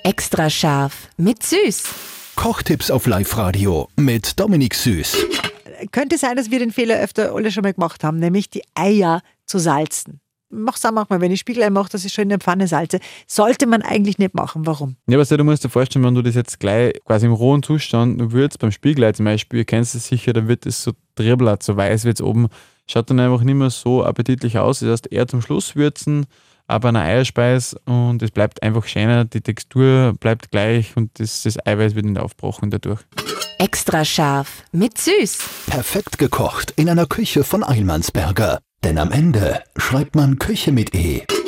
Extra scharf mit Süß. Kochtipps auf Live-Radio mit Dominik Süß. Könnte sein, dass wir den Fehler öfter alle schon mal gemacht haben, nämlich die Eier zu salzen. Ich mache es auch manchmal, wenn ich Spiegelei mache, dass ich schon in der Pfanne salze. Sollte man eigentlich nicht machen. Warum? Ja, du musst dir vorstellen, wenn du das jetzt gleich quasi im rohen Zustand würzt, beim Spiegelei zum Beispiel, ihr kennt es sicher, da wird es so dribbelt, so weiß wird es oben, schaut dann einfach nicht mehr so appetitlich aus. Das heißt, eher zum Schluss würzen, aber eine Eierspeise und es bleibt einfach schöner, die Textur bleibt gleich und das Eiweiß wird nicht aufgebrochen dadurch. Extra scharf mit Süß. Perfekt gekocht in einer Küche von Eilmannsberger. Denn am Ende schreibt man Küche mit E.